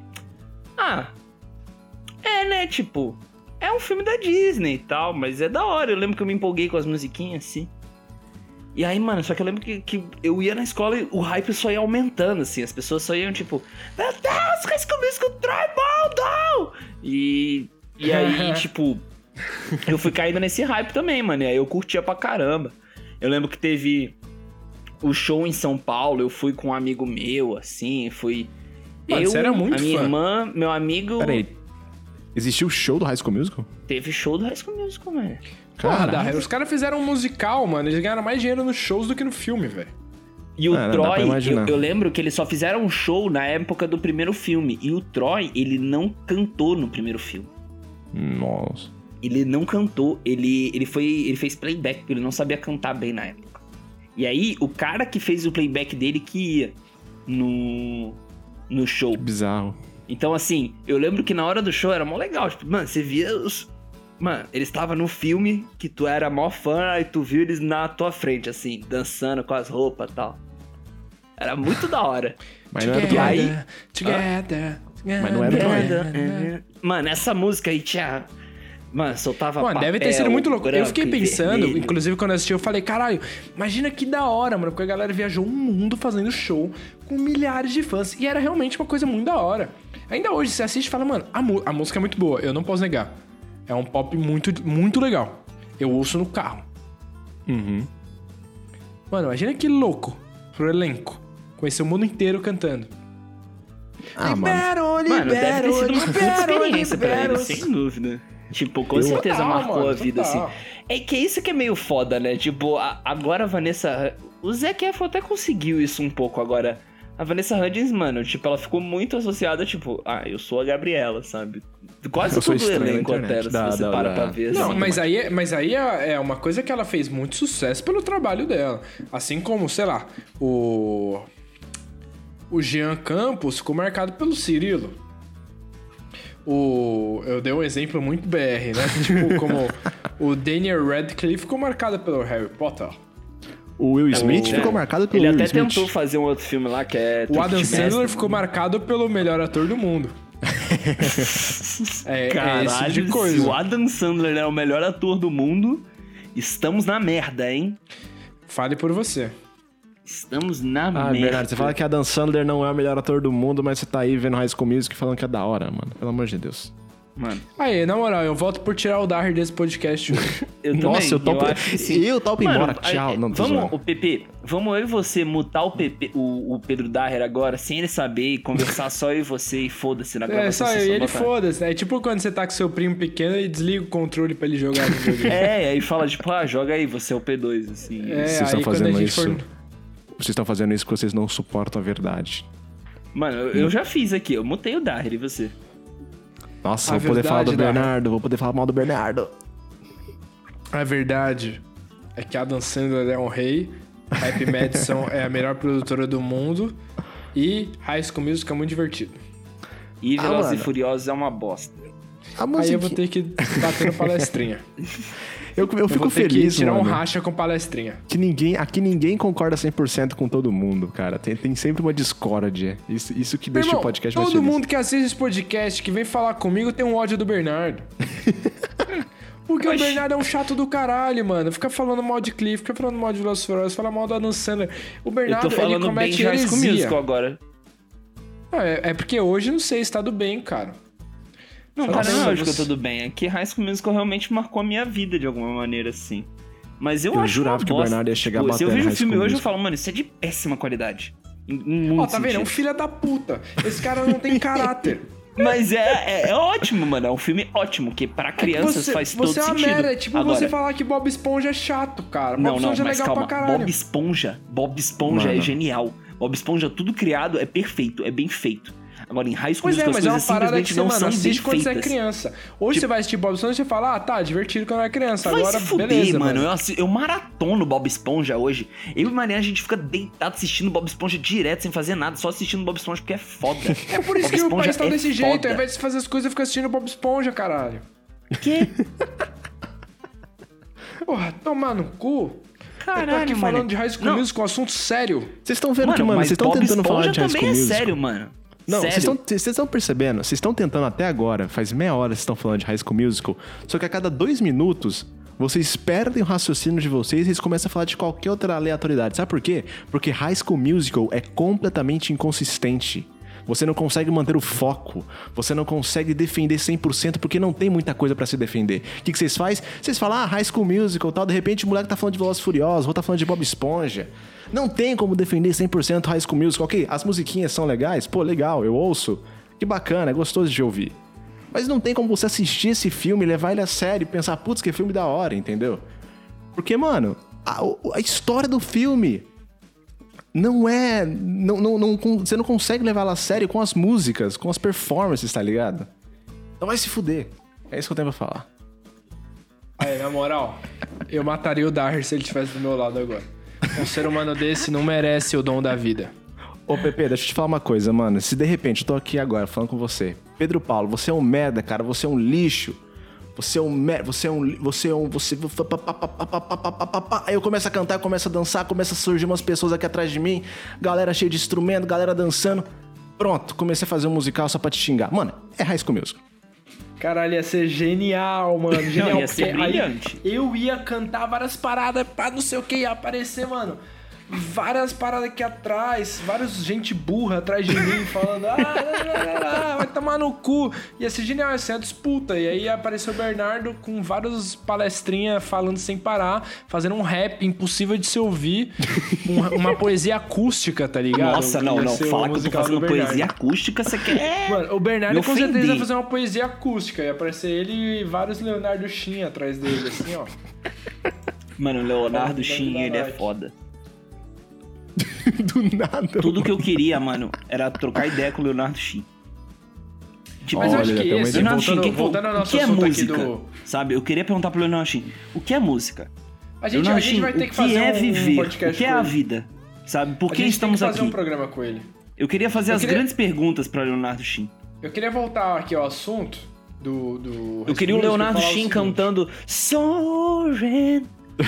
Speaker 6: né, tipo, é um filme da Disney e tal, mas é da hora. Eu lembro que eu me empolguei com as musiquinhas, assim. E aí, mano, só que eu lembro que eu ia na escola e o hype só ia aumentando, assim. As pessoas só iam, tipo, meu Deus, High School Musical Tribal, não! E aí, tipo, eu fui caindo nesse hype também, mano. E aí eu curtia pra caramba. Eu lembro que teve o show em São Paulo, eu fui com um amigo meu, assim, fui...
Speaker 2: Mano, você era muito
Speaker 6: a minha
Speaker 2: fã.
Speaker 6: irmã, meu amigo...
Speaker 5: Peraí, existiu o show do High School Musical?
Speaker 6: Teve show do High School Musical, mano.
Speaker 2: Porra,
Speaker 5: Caralho.
Speaker 2: os caras fizeram um musical, mano. Eles ganharam mais dinheiro nos shows do que no filme, velho.
Speaker 6: E o
Speaker 5: Não dá pra
Speaker 6: Troy,
Speaker 5: imaginar.
Speaker 6: eu lembro que eles só fizeram um show na época do primeiro filme. E o Troy, ele não cantou no primeiro filme.
Speaker 5: Nossa.
Speaker 6: Ele não cantou, ele fez playback, porque ele não sabia cantar bem na época. E aí, o cara que fez o playback dele que ia no show.
Speaker 5: Bizarro.
Speaker 6: Então, assim, eu lembro que na hora do show era mó legal. Tipo, mano, você via os... Mano, eles estavam no filme que tu era mó fã, aí tu viu eles na tua frente, assim, dançando com as roupas e tal. Era muito da hora.
Speaker 5: Mas não era
Speaker 6: E aí...
Speaker 2: Together.
Speaker 5: Mas não era do
Speaker 6: Mano, essa música aí tinha... Mano, soltava
Speaker 2: Mano, deve ter
Speaker 6: papel
Speaker 2: sido muito louco. Eu
Speaker 6: branco
Speaker 2: fiquei
Speaker 6: e
Speaker 2: pensando,
Speaker 6: vermelho.
Speaker 2: inclusive quando eu assisti, eu falei, caralho, imagina que da hora, mano, porque a galera viajou o mundo fazendo show com milhares de fãs. E era realmente uma coisa muito da hora. Ainda hoje, você assiste e fala, mano, a música é muito boa, eu não posso negar. É um pop muito, muito legal. Eu ouço no carro.
Speaker 5: Uhum.
Speaker 2: Mano, imagina que louco pro elenco. Conhecer o mundo inteiro cantando.
Speaker 5: Ah, mano.
Speaker 6: Mano, deve ter sido uma puta experiência pra
Speaker 2: libero.
Speaker 6: ele, sem dúvida. Tipo, com certeza
Speaker 2: Total,
Speaker 6: marcou
Speaker 2: mano,
Speaker 6: a vida,
Speaker 2: total.
Speaker 6: assim. É que isso que é meio foda, né? Tipo, agora a Vanessa... O Zac Efron até conseguiu isso um pouco agora. A Vanessa Hudgens, mano, tipo, ela ficou muito associada, tipo... Ah, eu sou a Gabriela, sabe? Quase
Speaker 5: Eu sou
Speaker 6: todo o
Speaker 5: estranho na
Speaker 6: elenco
Speaker 5: internet.
Speaker 6: altera, se você para pra ver.
Speaker 2: Não,
Speaker 6: assim.
Speaker 2: mas aí é uma coisa que ela fez muito sucesso pelo trabalho dela. Assim como, sei lá, o Jean Campos ficou marcado pelo Cirilo. Eu dei um exemplo muito BR, né? Tipo, como o Daniel Radcliffe ficou marcado pelo Harry Potter.
Speaker 5: O Will Smith
Speaker 6: É.
Speaker 5: ficou marcado pelo
Speaker 6: Ele
Speaker 5: Will
Speaker 6: até
Speaker 5: Smith.
Speaker 6: tentou fazer um outro filme lá, que é...
Speaker 2: O Adam
Speaker 6: Truth
Speaker 2: Sandler
Speaker 6: Master.
Speaker 2: ficou marcado pelo melhor ator do mundo. É
Speaker 6: Caralho,
Speaker 2: esse tipo de
Speaker 6: se
Speaker 2: coisa.
Speaker 6: o Adam Sandler é o melhor ator do mundo, estamos na merda, hein?
Speaker 2: Fale por você.
Speaker 6: Estamos na
Speaker 5: Ah,
Speaker 6: merda.
Speaker 5: Bernardo, você fala que Adam Sandler não é o melhor ator do mundo, mas você tá aí vendo High School Music falando que é da hora, mano. Pelo amor de Deus.
Speaker 6: Mano,
Speaker 2: Aí, na moral, eu volto por tirar o Darry desse podcast hoje.
Speaker 6: eu
Speaker 5: Nossa,
Speaker 6: também,
Speaker 5: eu topo.
Speaker 6: acho que sim.
Speaker 5: Eu topo
Speaker 6: Mano,
Speaker 5: embora. Tchau. Não, tô
Speaker 6: vamos,
Speaker 5: zoando.
Speaker 6: o PP, vamos eu e você mutar o Pedro Daher agora, sem ele saber, e conversar só eu e você, e foda-se na gravação.
Speaker 2: É, só
Speaker 6: você
Speaker 2: eu e ele
Speaker 6: botar.
Speaker 2: foda-se, né? É tipo quando você tá com seu primo pequeno e desliga o controle pra ele jogar no videogame.
Speaker 6: É, aí fala tipo, joga aí, você é o P2, assim.
Speaker 2: É,
Speaker 5: Vocês
Speaker 2: aí
Speaker 5: estão
Speaker 2: quando a
Speaker 5: fazendo
Speaker 2: gente
Speaker 5: isso.
Speaker 2: for...
Speaker 5: Vocês estão fazendo isso porque vocês não suportam a verdade.
Speaker 6: Mano, eu já fiz aqui, eu mutei o Daher, e você?
Speaker 5: Nossa,
Speaker 2: A
Speaker 5: vou poder falar do
Speaker 2: verdade,
Speaker 5: Bernardo, vou poder falar mal do Bernardo.
Speaker 2: A verdade é que Adam Sandler é um rei, Happy Madison é a melhor produtora do mundo e High School Music é muito divertido.
Speaker 6: E Velozes e
Speaker 5: mano.
Speaker 6: Furiosos é uma bosta.
Speaker 5: A
Speaker 2: Aí
Speaker 5: música...
Speaker 2: eu vou ter que bater no palestrinha.
Speaker 5: Eu
Speaker 2: Eu
Speaker 5: fico
Speaker 2: vou ter
Speaker 5: feliz,
Speaker 2: que tirar um
Speaker 5: mano,
Speaker 2: racha com palestrinha.
Speaker 5: que aqui ninguém concorda 100% com todo mundo, cara. Tem sempre uma discórdia. Isso que deixa
Speaker 2: Irmão,
Speaker 5: o podcast mais
Speaker 2: todo
Speaker 5: feliz.
Speaker 2: mundo que assiste esse podcast, que vem falar comigo, tem um ódio do Bernardo. Porque o Bernardo é um chato do caralho, mano. Fica falando mal de Cliff, fica falando mal de Velozes e Furiosos, fala mal do Adam Sandler. O
Speaker 6: Eu
Speaker 2: Bernardo,
Speaker 6: tô
Speaker 2: ele
Speaker 6: falando bem
Speaker 2: comete
Speaker 6: de High School
Speaker 2: heresia.
Speaker 6: Musical agora.
Speaker 2: É porque hoje, não sei, está do bem, cara.
Speaker 6: Não,
Speaker 2: Fala
Speaker 6: cara, não
Speaker 2: bem,
Speaker 6: acho que eu
Speaker 2: você-
Speaker 6: tô tudo bem. É que High School Musical realmente marcou a minha vida de alguma maneira, assim. Mas eu
Speaker 5: Eu
Speaker 6: acho
Speaker 5: jurava
Speaker 6: uma
Speaker 5: que o
Speaker 6: bosta.
Speaker 5: Bernardo ia chegar
Speaker 6: Tipo, se eu
Speaker 5: batendo
Speaker 6: vejo o
Speaker 5: High
Speaker 6: filme
Speaker 5: School
Speaker 6: hoje, eu
Speaker 5: Musical.
Speaker 6: falo, mano, isso é de péssima qualidade. Em
Speaker 2: Ó,
Speaker 6: muito
Speaker 2: tá vendo? É um
Speaker 6: sentido.
Speaker 2: filho da puta. Esse cara não tem caráter.
Speaker 6: Mas é ótimo, mano. É um filme ótimo, que pra crianças faz todo
Speaker 2: você é uma
Speaker 6: sentido.
Speaker 2: merda. É tipo
Speaker 6: Agora,
Speaker 2: você falar que Bob Esponja é chato, cara. Bob
Speaker 6: Não,
Speaker 2: Esponja é
Speaker 6: mas
Speaker 2: legal
Speaker 6: calma.
Speaker 2: pra caralho.
Speaker 6: Bob Esponja é
Speaker 5: Mano.
Speaker 6: genial. Bob Esponja, tudo criado é perfeito, é bem feito. Agora, em High School
Speaker 2: Pois é,
Speaker 6: Musical, as
Speaker 2: mas é uma
Speaker 6: coisas
Speaker 2: parada que
Speaker 6: simplesmente
Speaker 2: você,
Speaker 6: não
Speaker 2: mano,
Speaker 6: são bem
Speaker 2: assiste quando você é
Speaker 6: feitas.
Speaker 2: criança. Hoje você vai assistir Bob Esponja e você fala, tá, divertido quando eu era criança.
Speaker 6: Vai
Speaker 2: Agora,
Speaker 6: se fuder,
Speaker 2: beleza,
Speaker 6: mano. Eu maratono Bob Esponja hoje. Eu e Maria, a gente fica deitado assistindo Bob Esponja direto, sem fazer nada, só assistindo Bob Esponja porque é foda.
Speaker 2: É por isso
Speaker 6: Bob
Speaker 2: que o
Speaker 6: Esponja
Speaker 2: país tá
Speaker 6: é
Speaker 2: desse jeito.
Speaker 6: foda.
Speaker 2: Ao invés de fazer as coisas, fica assistindo Bob Esponja, caralho.
Speaker 6: Que?
Speaker 2: Porra, tomar no cu.
Speaker 6: Caralho,
Speaker 2: eu tô aqui
Speaker 6: mano.
Speaker 2: falando de High School
Speaker 6: Não.
Speaker 2: Music com um assunto sério.
Speaker 5: Vocês estão vendo que, mano,
Speaker 6: mas
Speaker 5: vocês estão
Speaker 6: Bob
Speaker 5: tentando falar
Speaker 6: Esponja
Speaker 5: de High School
Speaker 6: também é
Speaker 5: Musical.
Speaker 6: sério, mano.
Speaker 5: Não,
Speaker 6: sério.
Speaker 5: vocês estão percebendo? Vocês estão tentando até agora, faz meia hora vocês estão falando de High School Musical, só que a cada 2 minutos vocês perdem o raciocínio de vocês e eles começam a falar de qualquer outra aleatoriedade. Sabe por quê? Porque High School Musical é completamente inconsistente. Você não consegue manter o foco. Você não consegue defender 100% porque não tem muita coisa pra se defender. O que vocês fazem? Vocês falam, High School Musical e tal. De repente o moleque tá falando de Velozes e Furiosos, ou tá falando de Bob Esponja. Não tem como defender 100% High School Musical. Ok, as musiquinhas são legais. Pô, legal, eu ouço. Que bacana, é gostoso de ouvir. Mas não tem como você assistir esse filme, levar ele a sério e pensar, putz, que filme da hora, entendeu? Porque, mano, a história do filme... Não é... você não consegue levar ela a sério com as músicas, com as performances, tá ligado? Então vai se fuder. É isso que eu tenho pra falar.
Speaker 2: Aí, na moral, eu mataria o Daher se ele estivesse do meu lado agora. Um ser humano desse não merece o dom da vida.
Speaker 5: Ô, Pepe, deixa eu te falar uma coisa, mano. Se de repente eu tô aqui agora falando com você, Pedro Paulo, você é um merda, cara, você é um lixo. Você é um merda, Aí eu começo a cantar, começo a dançar, começa a surgir umas pessoas aqui atrás de mim, galera cheia de instrumento, galera dançando. Pronto, comecei a fazer um musical só pra te xingar. Mano, é High School Musical.
Speaker 2: Caralho, ia ser genial, mano. Genial,
Speaker 6: ia ser
Speaker 2: porque aí
Speaker 6: brilhante.
Speaker 2: eu ia cantar várias paradas, pá, não sei o que, ia aparecer, mano. Várias paradas aqui atrás, vários gente burra atrás de mim, falando, vai tomar no cu. Ia ser genial, ia ser a disputa. E aí apareceu o Bernardo com vários palestrinhas falando sem parar, fazendo um rap impossível de se ouvir, uma poesia acústica, tá ligado?
Speaker 6: Nossa, não.
Speaker 2: Ia ser o
Speaker 6: Fala que eu tô
Speaker 2: musical
Speaker 6: fazendo
Speaker 2: do Bernardo.
Speaker 6: poesia acústica, você quer...
Speaker 2: Mano, o Bernardo
Speaker 6: me
Speaker 2: com certeza
Speaker 6: ofender.
Speaker 2: ia fazer uma poesia acústica. Ia aparecer ele e vários Leonardo Shin atrás dele, assim, ó.
Speaker 6: Mano, o Leonardo
Speaker 2: Deve
Speaker 6: Shin,
Speaker 2: dar
Speaker 6: ele é
Speaker 2: like.
Speaker 6: foda.
Speaker 5: Do nada.
Speaker 6: Tudo que eu queria, mano, era trocar ideia com o Leonardo Shin. Tipo,
Speaker 2: Mas eu
Speaker 5: Olha,
Speaker 2: acho que
Speaker 5: tem uma
Speaker 2: esse,
Speaker 6: Leonardo Shin,
Speaker 2: voltando ao
Speaker 6: o
Speaker 2: nosso
Speaker 6: que é
Speaker 2: assunto aqui
Speaker 6: música?
Speaker 2: do...
Speaker 6: Sabe, eu queria perguntar pro Leonardo Shin, o que é música?
Speaker 2: A gente
Speaker 6: Leonardo Shin,
Speaker 2: vai ter que fazer
Speaker 6: o que é
Speaker 2: um
Speaker 6: viver?
Speaker 2: podcast
Speaker 6: O que é
Speaker 2: com
Speaker 6: a
Speaker 2: ele.
Speaker 6: vida? Sabe, por
Speaker 2: A
Speaker 6: que
Speaker 2: gente
Speaker 6: estamos
Speaker 2: tem que fazer
Speaker 6: aqui?
Speaker 2: um programa com ele.
Speaker 6: Eu queria fazer as grandes perguntas pra Leonardo Shin.
Speaker 2: Eu queria voltar aqui ao assunto do
Speaker 6: Eu queria o
Speaker 2: High School
Speaker 6: Leonardo
Speaker 2: Musical e falar o
Speaker 6: Shin
Speaker 2: seguinte.
Speaker 6: cantando Soaring,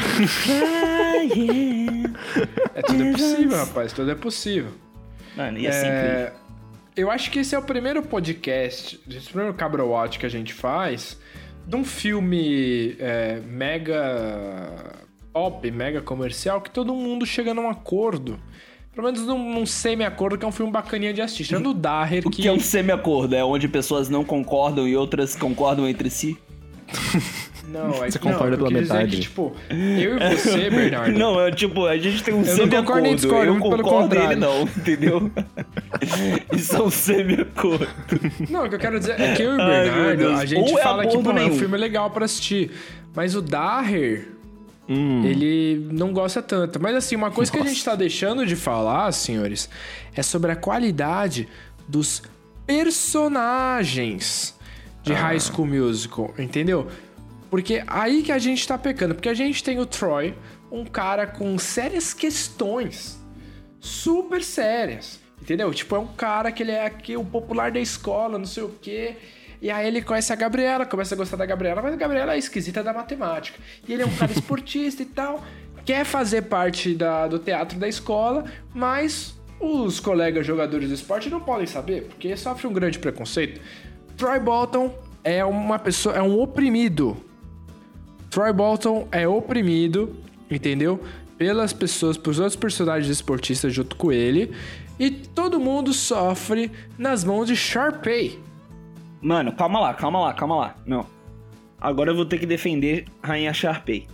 Speaker 6: flying.
Speaker 2: Tudo é possível, rapaz, tudo é possível.
Speaker 6: Mano, ia ser incrível.
Speaker 2: Eu acho que esse é o primeiro podcast, esse primeiro Cabra Watch que a gente faz de um filme mega pop, mega comercial, que todo mundo chega num acordo. Pelo menos num semi-acordo, que é um filme bacaninha de assistir. Tirando o Daher,
Speaker 6: O que é um semi-acordo? É onde pessoas não concordam e outras concordam entre si?
Speaker 2: Não,
Speaker 5: Você concorda pela
Speaker 2: eu quis dizer
Speaker 5: metade.
Speaker 2: que, tipo, eu e você, Bernardo...
Speaker 6: Não, é tipo, a gente tem um
Speaker 2: Eu não concordo nem
Speaker 6: semi-acordo.
Speaker 2: discordo,
Speaker 6: Eu
Speaker 2: muito pelo
Speaker 6: concordo, ele
Speaker 2: contrário.
Speaker 6: não, entendeu? Isso é um semi-acordo.
Speaker 2: Não, o que eu quero dizer é que eu e o
Speaker 6: Ai, meu
Speaker 2: Bernardo,
Speaker 6: Deus.
Speaker 2: a gente
Speaker 6: Ou é
Speaker 2: fala que,
Speaker 6: acordo
Speaker 2: pô, é um
Speaker 6: nenhum.
Speaker 2: filme legal pra assistir. Mas o Daher, ele não gosta tanto. Mas assim, uma coisa que a gente tá deixando de falar, senhores, é sobre a qualidade dos personagens de High School Musical, entendeu? Porque aí que a gente tá pecando. Porque a gente tem o Troy, um cara com sérias questões. Super sérias. Entendeu? Tipo, é um cara que ele é aqui o popular da escola, não sei o quê. E aí ele conhece a Gabriela, começa a gostar da Gabriela, mas a Gabriela é esquisita da matemática. E ele é um cara esportista e tal, quer fazer parte do teatro da escola, mas os colegas jogadores do esporte não podem saber, porque sofre um grande preconceito. Troy Bolton é uma pessoa, é um oprimido. Troy Bolton é oprimido, entendeu? Pelas pessoas, pelos outros personagens esportistas junto com ele. E todo mundo sofre nas mãos de Sharpay.
Speaker 6: Mano, calma lá. Não. Agora eu vou ter que defender Rainha Sharpay.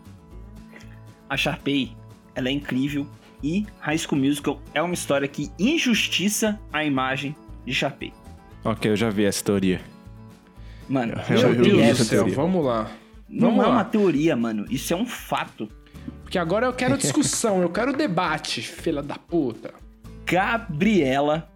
Speaker 6: A Sharpay, ela é incrível e High School Musical é uma história que injustiça a imagem de Sharpay.
Speaker 5: Ok, eu já vi essa teoria.
Speaker 6: Mano,
Speaker 5: Eu
Speaker 2: Meu
Speaker 5: vi
Speaker 2: Deus do
Speaker 5: essa
Speaker 2: céu,
Speaker 5: teoria.
Speaker 2: vamos lá.
Speaker 6: não
Speaker 2: Vamos
Speaker 6: é
Speaker 2: lá.
Speaker 6: uma teoria, mano. Isso é um fato.
Speaker 2: Porque agora eu quero discussão, eu quero debate, filha da puta.
Speaker 6: Gabriela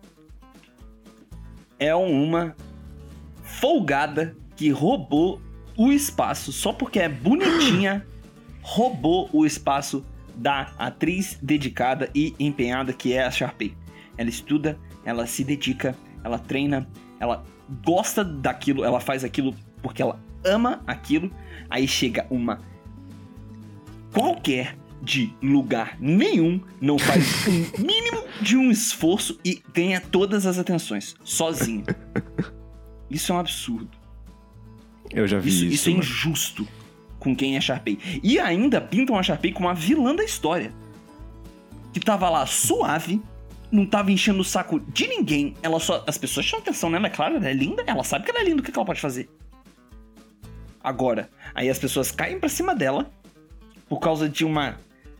Speaker 6: é uma folgada que roubou o espaço só porque é bonitinha. Roubou o espaço da atriz dedicada e empenhada que é a Sharpay. Ela estuda, ela se dedica, ela treina, ela gosta daquilo, ela faz aquilo porque ela ama aquilo. Aí chega uma qualquer de lugar nenhum, não faz um mínimo de um esforço e ganha todas as atenções, sozinho. Isso é um absurdo.
Speaker 5: Eu já vi isso.
Speaker 6: Isso é injusto com quem é Sharpay. E ainda pintam a Sharpay como a vilã da história. Que tava lá suave, não tava enchendo o saco de ninguém. Ela só. As pessoas chamam atenção nela, é claro, ela é linda, ela sabe que ela é linda, o que ela pode fazer? Agora, aí as pessoas caem pra cima dela por causa de uma.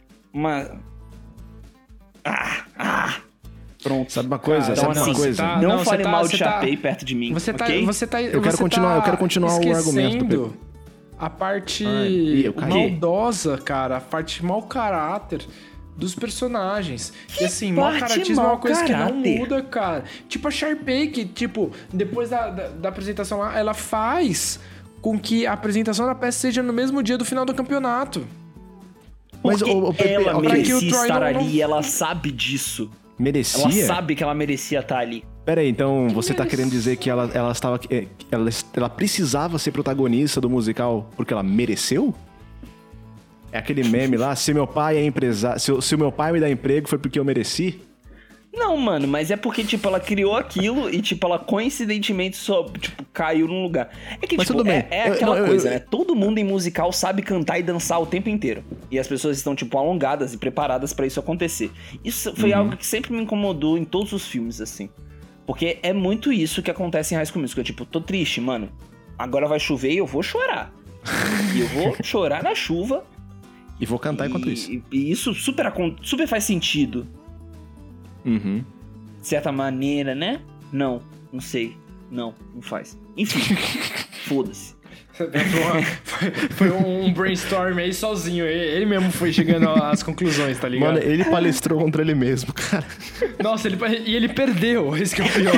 Speaker 6: Pronto.
Speaker 5: Sabe uma coisa?
Speaker 2: Cara,
Speaker 5: Sabe
Speaker 6: então,
Speaker 5: uma
Speaker 6: assim,
Speaker 5: coisa?
Speaker 2: tá-
Speaker 6: Não,
Speaker 2: não,
Speaker 6: fale
Speaker 2: você tá-
Speaker 6: mal de
Speaker 2: você tá-
Speaker 6: Sharpay perto de mim,
Speaker 2: Você tá,
Speaker 6: ok?
Speaker 2: você tá,
Speaker 5: Eu quero
Speaker 2: você
Speaker 5: continuar-
Speaker 2: tá
Speaker 5: eu quero continuar o argumento do
Speaker 2: esquecendo a parte
Speaker 5: Ai, eu caí.
Speaker 2: maldosa, cara, a parte mau caráter dos personagens.
Speaker 6: Que
Speaker 2: E assim, mau
Speaker 6: parte
Speaker 2: caratismo é uma
Speaker 6: mau
Speaker 2: coisa que não
Speaker 6: caráter?
Speaker 2: muda, cara. Tipo a Sharpay, que, tipo, depois da apresentação lá, ela faz com que a apresentação da peça seja no mesmo dia do final do campeonato.
Speaker 5: Mas
Speaker 6: Porque
Speaker 5: o Pepe,
Speaker 6: ela
Speaker 2: pra que
Speaker 6: merecia
Speaker 2: o Troy
Speaker 6: estar
Speaker 2: não-
Speaker 6: ali e ela sabe disso.
Speaker 5: merecia?
Speaker 6: Ela sabe que ela merecia estar ali.
Speaker 5: Pera aí, então você tá querendo dizer que ela precisava ser protagonista do musical porque ela mereceu? É aquele meme lá, se meu pai é empresário, se o meu pai me dá emprego foi porque eu mereci?
Speaker 6: Não, mano, mas é porque, tipo, ela criou aquilo e, tipo, ela coincidentemente só, tipo, caiu num lugar. É que,
Speaker 5: Mas
Speaker 6: tipo,
Speaker 5: tudo bem.
Speaker 6: é aquela coisa, né? Todo mundo em musical sabe cantar e dançar o tempo inteiro. E as pessoas estão, tipo, alongadas e preparadas pra isso acontecer. Isso foi algo que sempre me incomodou em todos os filmes, assim. Porque é muito isso que acontece em High School Musical. Tipo, tô triste, mano. Agora vai chover e eu vou chorar. E eu vou chorar na chuva.
Speaker 5: E vou cantar enquanto isso.
Speaker 6: E isso super faz sentido.
Speaker 5: Uhum.
Speaker 6: De certa maneira, né? Não sei. Não faz. Enfim, foda-se.
Speaker 2: Foi um brainstorm aí sozinho. Ele mesmo foi chegando às conclusões, tá ligado?
Speaker 5: Mano, ele palestrou contra ele mesmo, cara.
Speaker 2: Nossa, ele perdeu. Esse que é o pior.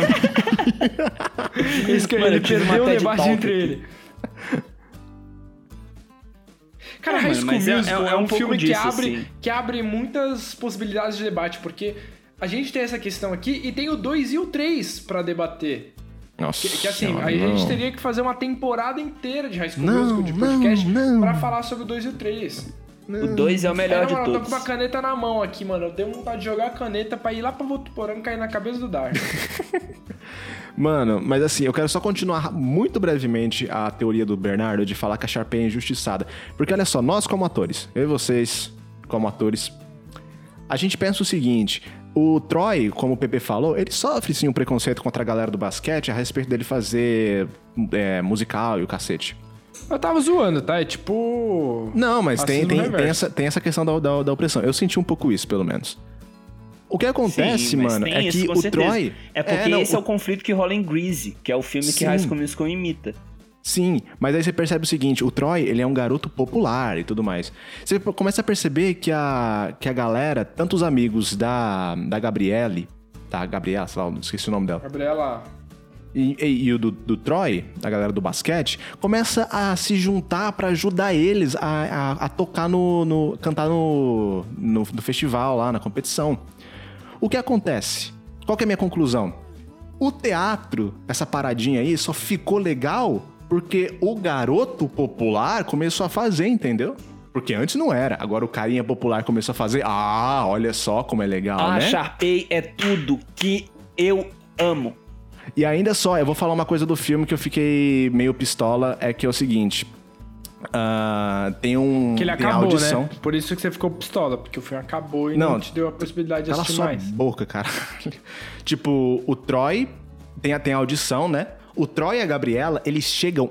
Speaker 6: Mano,
Speaker 2: Ele
Speaker 6: eu tive uma
Speaker 2: perdeu o
Speaker 6: TED
Speaker 2: debate
Speaker 6: Talk
Speaker 2: entre
Speaker 6: aqui.
Speaker 2: ele. Cara,
Speaker 6: Não,
Speaker 2: High
Speaker 6: mano,
Speaker 2: School
Speaker 6: mas
Speaker 2: Musical é
Speaker 6: um
Speaker 2: um
Speaker 6: pouco
Speaker 2: filme
Speaker 6: disso,
Speaker 2: que abre muitas possibilidades de debate, porque a gente tem essa questão aqui e tem o 2 e o 3 pra debater.
Speaker 5: Nossa.
Speaker 2: Que assim,
Speaker 5: senhora,
Speaker 2: aí a gente
Speaker 5: não.
Speaker 2: teria que fazer uma temporada inteira de High School
Speaker 5: Não,
Speaker 2: Musical, de podcast,
Speaker 5: não.
Speaker 2: pra falar sobre o 2 e o 3.
Speaker 6: O 2 é o melhor de
Speaker 2: Eu tô
Speaker 6: todos.
Speaker 2: com uma caneta na mão aqui, mano. Eu tenho vontade de jogar a caneta pra ir lá pra Votuporanga e cair na cabeça do Dar.
Speaker 5: Mano, mas assim, eu quero só continuar muito brevemente a teoria do Bernardo de falar que a Sharpay é injustiçada. Porque olha só, nós como atores, eu e vocês como atores, a gente pensa o seguinte: o Troy, como o Pepe falou, ele sofre sim um preconceito contra a galera do basquete a respeito dele fazer musical e o cacete.
Speaker 2: Eu tava zoando, tá? É tipo...
Speaker 5: Não, mas tem
Speaker 2: racismo reverso.
Speaker 5: essa questão da opressão. Eu senti um pouco isso, pelo menos. O que acontece,
Speaker 6: Sim, mas
Speaker 5: mano,
Speaker 6: tem
Speaker 5: é
Speaker 6: isso,
Speaker 5: que
Speaker 6: com
Speaker 5: o
Speaker 6: certeza.
Speaker 5: Troy...
Speaker 6: É porque esse é o conflito que rola em Grease, que é o filme que
Speaker 5: Sim.
Speaker 6: High School Musical imita.
Speaker 5: Sim, mas aí você percebe o seguinte, o Troy, ele é um garoto popular e tudo mais. Você começa a perceber que a galera, tanto os amigos da Gabriele, tá? Gabriela, sei lá, esqueci o nome dela.
Speaker 2: Gabriela...
Speaker 5: E o do Troy, da galera do basquete, começa a se juntar pra ajudar eles a tocar cantar no festival lá, na competição. O que acontece? Qual que é a minha conclusão? O teatro, essa paradinha aí, só ficou legal porque o garoto popular começou a fazer, entendeu? Porque antes não era. Agora o carinha popular começou a fazer. Ah, olha só como é legal,
Speaker 6: A
Speaker 5: né?
Speaker 6: Sharpay é tudo que eu amo.
Speaker 5: E ainda só, eu vou falar uma coisa do filme que eu fiquei meio pistola, é que é o seguinte... tem
Speaker 2: Que ele
Speaker 5: tem
Speaker 2: acabou,
Speaker 5: audição.
Speaker 2: né? Por isso que você ficou pistola, porque o filme acabou e
Speaker 5: Não,
Speaker 2: não te deu a possibilidade de
Speaker 5: Cala
Speaker 2: assistir
Speaker 5: sua
Speaker 2: mais.
Speaker 5: boca, cara. Tipo, o Troy tem a audição, né? O Troy e a Gabriela, eles chegam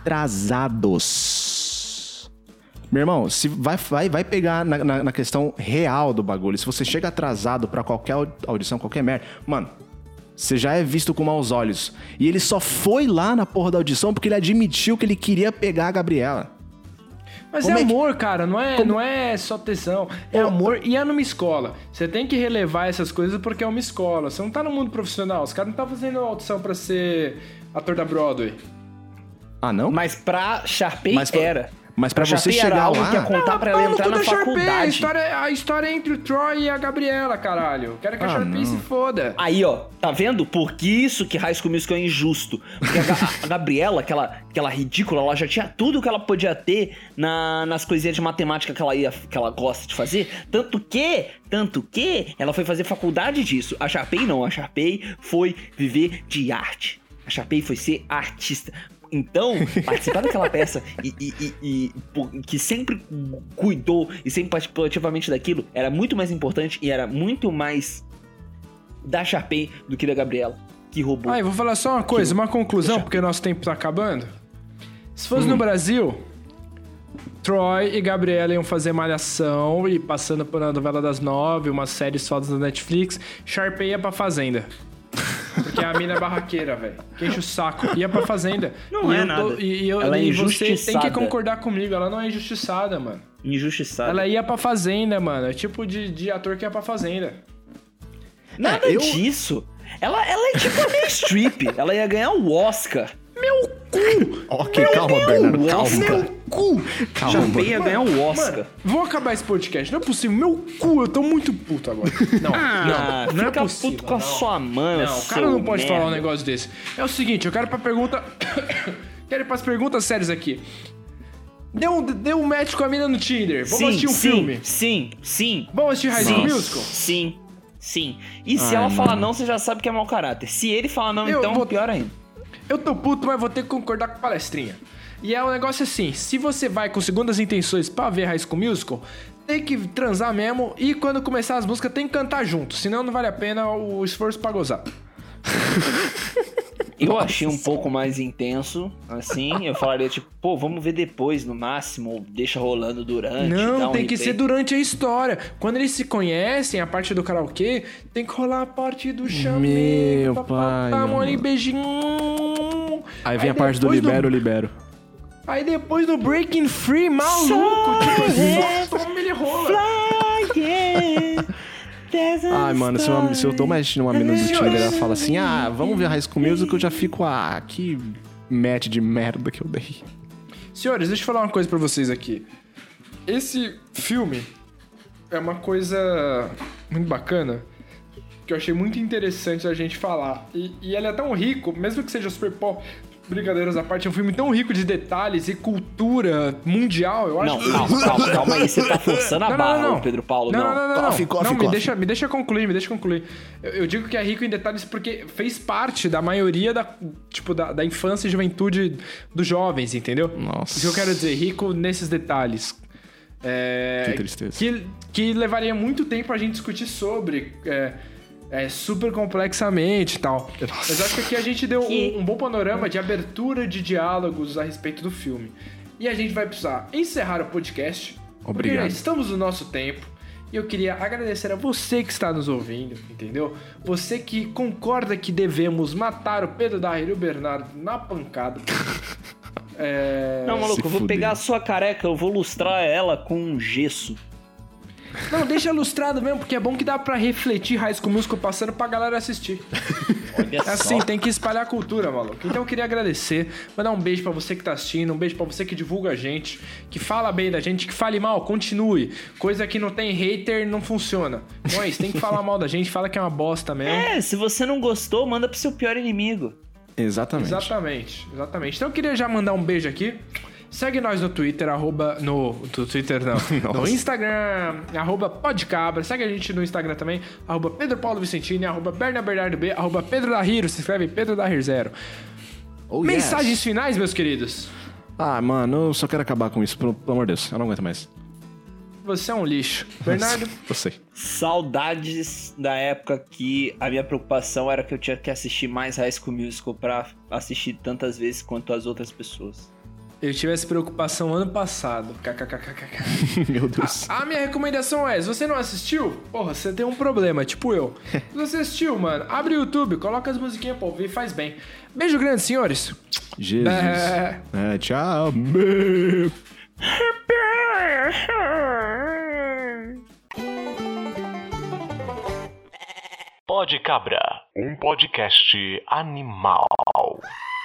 Speaker 5: atrasados. Meu irmão, se vai pegar na questão real do bagulho. Se você chega atrasado pra qualquer audição, qualquer merda... Mano, você já é visto com maus olhos. E ele só foi lá na porra da audição porque ele admitiu que ele queria pegar a Gabriela.
Speaker 2: Mas
Speaker 5: Como
Speaker 2: é
Speaker 5: é que-
Speaker 2: amor, cara, não é só tesão. É amor e é numa escola. Você tem que relevar essas coisas porque é uma escola. Você não tá no mundo profissional. Os caras não tá fazendo audição pra ser ator da Broadway.
Speaker 5: Ah, não?
Speaker 6: Mas pra Sharpay
Speaker 5: Mas pra-
Speaker 6: era.
Speaker 5: Mas pra você
Speaker 6: Sharpay era
Speaker 5: chegar
Speaker 6: algo
Speaker 5: lá...
Speaker 6: que ia contar pra ela
Speaker 2: Pau no
Speaker 6: entrar
Speaker 2: cu
Speaker 6: na
Speaker 2: da Sharpay.
Speaker 6: faculdade.
Speaker 2: A história é entre o Troy e a Gabriela, caralho. Quero que a
Speaker 5: Ah,
Speaker 2: Sharpay
Speaker 5: não.
Speaker 2: se foda.
Speaker 6: Aí, ó, tá vendo? Por que isso que High School Musical é injusto? Porque a Gabriela, aquela ridícula, ela já tinha tudo que ela podia ter nas coisinhas de matemática que ela gosta de fazer. Tanto que ela foi fazer faculdade disso. A Sharpay não, a Sharpay foi viver de arte. A Sharpay foi ser artista. Então, participar daquela peça que sempre cuidou e sempre participou ativamente daquilo era muito mais importante e era muito mais da Sharpay do que da Gabriela, que roubou.
Speaker 2: Ah, eu vou falar só uma coisa, uma conclusão, porque nosso tempo tá acabando. Se fosse no Brasil, Troy e Gabriela iam fazer Malhação e passando por uma novela das 9, umas séries fodas da Netflix, Sharpay ia pra Fazenda. Porque a mina é barraqueira, velho. Que enche o saco. Ia pra Fazenda.
Speaker 6: Não é nada. Ela é
Speaker 2: e você tem que
Speaker 6: injustiçada.
Speaker 2: concordar comigo, ela não é injustiçada, mano.
Speaker 6: Injustiçada.
Speaker 2: Ela ia pra Fazenda, mano. É tipo de ator que ia pra Fazenda.
Speaker 6: Nada disso. Ela é tipo a Meryl Streep. Ela ia ganhar o Oscar.
Speaker 2: Meu
Speaker 5: Ok, calma, Bernardo, calma.
Speaker 6: Oscar.
Speaker 2: Meu cu!
Speaker 5: Calma,
Speaker 6: Já
Speaker 5: mano.
Speaker 6: veio a ganhar o Oscar.
Speaker 2: Mano, vou acabar esse podcast. Não é possível. Meu cu, eu tô muito puto agora. Não, não é
Speaker 6: fica
Speaker 2: possível.
Speaker 6: puto com a
Speaker 2: não.
Speaker 6: sua mãe,
Speaker 2: Não, o cara
Speaker 6: seu
Speaker 2: não pode
Speaker 6: merda.
Speaker 2: falar um negócio desse. É o seguinte, eu quero pra pergunta... quero ir pras perguntas sérias aqui. Deu um match com a mina no Tinder. Vamos assistir um filme.
Speaker 6: Sim.
Speaker 2: Vamos assistir High School Musical?
Speaker 6: Sim. E se ela falar não, você já sabe que é mau caráter. Se ele falar não,
Speaker 2: Eu
Speaker 6: então
Speaker 2: vou-
Speaker 6: pior ainda.
Speaker 2: Eu tô puto, mas vou ter que concordar com a palestrinha. E é um negócio assim, se você vai com segundas intenções pra ver High School Musical, tem que transar mesmo e quando começar as músicas tem que cantar junto, senão não vale a pena o esforço pra gozar.
Speaker 6: Eu achei um pouco mais intenso, assim. Eu falaria, tipo, pô, vamos ver depois no máximo, ou deixa rolando durante. dá
Speaker 2: Não,
Speaker 6: um
Speaker 2: tem que
Speaker 6: replay.
Speaker 2: ser durante a história. Quando eles se conhecem, a parte do karaokê, tem que rolar a parte do chamego.
Speaker 5: Meu
Speaker 2: papapá,
Speaker 5: pai,
Speaker 2: amor, e
Speaker 5: mano.
Speaker 2: beijinho.
Speaker 5: Aí vem a parte do
Speaker 2: depois
Speaker 5: libero.
Speaker 2: Aí depois do Breaking Free, maluco, tipo, só toma ele rola.
Speaker 5: Ai, mano, se eu dou match numa mina do Tinder, ela fala assim, vamos ver High School Musical, eu já fico, que match de merda que eu dei.
Speaker 2: Senhores, deixa eu falar uma coisa pra vocês aqui. Esse filme é uma coisa muito bacana, que eu achei muito interessante a gente falar. E ele é tão rico, mesmo que seja super pop, brincadeiras à parte, é um filme tão rico de detalhes e cultura mundial, eu acho.
Speaker 6: Não, calma aí, você tá forçando a barra, ô Pedro Paulo.
Speaker 2: Não,
Speaker 5: Ficou.
Speaker 2: me deixa concluir. Eu digo que é rico em detalhes porque fez parte da maioria da infância e juventude dos jovens, entendeu?
Speaker 5: Nossa.
Speaker 2: O que eu quero dizer, rico nesses detalhes.
Speaker 5: Que tristeza.
Speaker 2: Que levaria muito tempo a gente discutir sobre... super complexamente e tal. Mas acho que aqui a gente deu um bom panorama de abertura de diálogos a respeito do filme. E a gente vai precisar encerrar o podcast. Porque
Speaker 5: Obrigado.
Speaker 2: já estamos no nosso tempo. E eu queria agradecer a você que está nos ouvindo, entendeu? Você que concorda que devemos matar o Pedro Daher e o Bernardo na pancada.
Speaker 6: Não, maluco,
Speaker 5: Se
Speaker 6: eu vou
Speaker 5: fuder.
Speaker 6: pegar a sua careca, eu vou lustrar ela com um gesso.
Speaker 2: Não, deixa ilustrado mesmo, porque é bom que dá pra refletir High School Musical passando pra galera assistir.
Speaker 6: Olha
Speaker 2: É assim, tem que espalhar a cultura, maluco. Então eu queria agradecer, mandar um beijo pra você que tá assistindo, um beijo pra você que divulga a gente, que fala bem da gente, que fale mal, continue. Coisa que não tem hater não funciona. Então é isso, tem que falar mal da gente, fala que é uma bosta mesmo.
Speaker 6: Se você não gostou, manda pro seu pior inimigo.
Speaker 5: Exatamente.
Speaker 2: Exatamente. Então eu queria já mandar um beijo aqui. Segue nós no Twitter, no Twitter não, no Instagram, @podcabra. Segue a gente no Instagram também, Pedro Paulo Vicentini, @BernardoB, @Pedro Dahiro, se escreve Pedro Dahir 0.
Speaker 5: Oh, yes.
Speaker 2: Mensagens finais, meus queridos.
Speaker 5: Mano, eu só quero acabar com isso, pelo amor de Deus, eu não aguento mais.
Speaker 2: Você é um lixo. Bernardo?
Speaker 5: Eu sei.
Speaker 6: Saudades da época que a minha preocupação era que eu tinha que assistir mais High School Musical pra assistir tantas vezes quanto as outras pessoas.
Speaker 2: Eu tive essa preocupação ano passado. KKKKK.
Speaker 5: Meu Deus.
Speaker 2: A minha recomendação é, se você não assistiu, porra, você tem um problema, tipo eu. Se você assistiu, mano, abre o YouTube, coloca as musiquinhas pra ouvir, faz bem. Beijo grande, senhores.
Speaker 5: Jesus. Tchau.
Speaker 3: Pode Cabra, um podcast animal.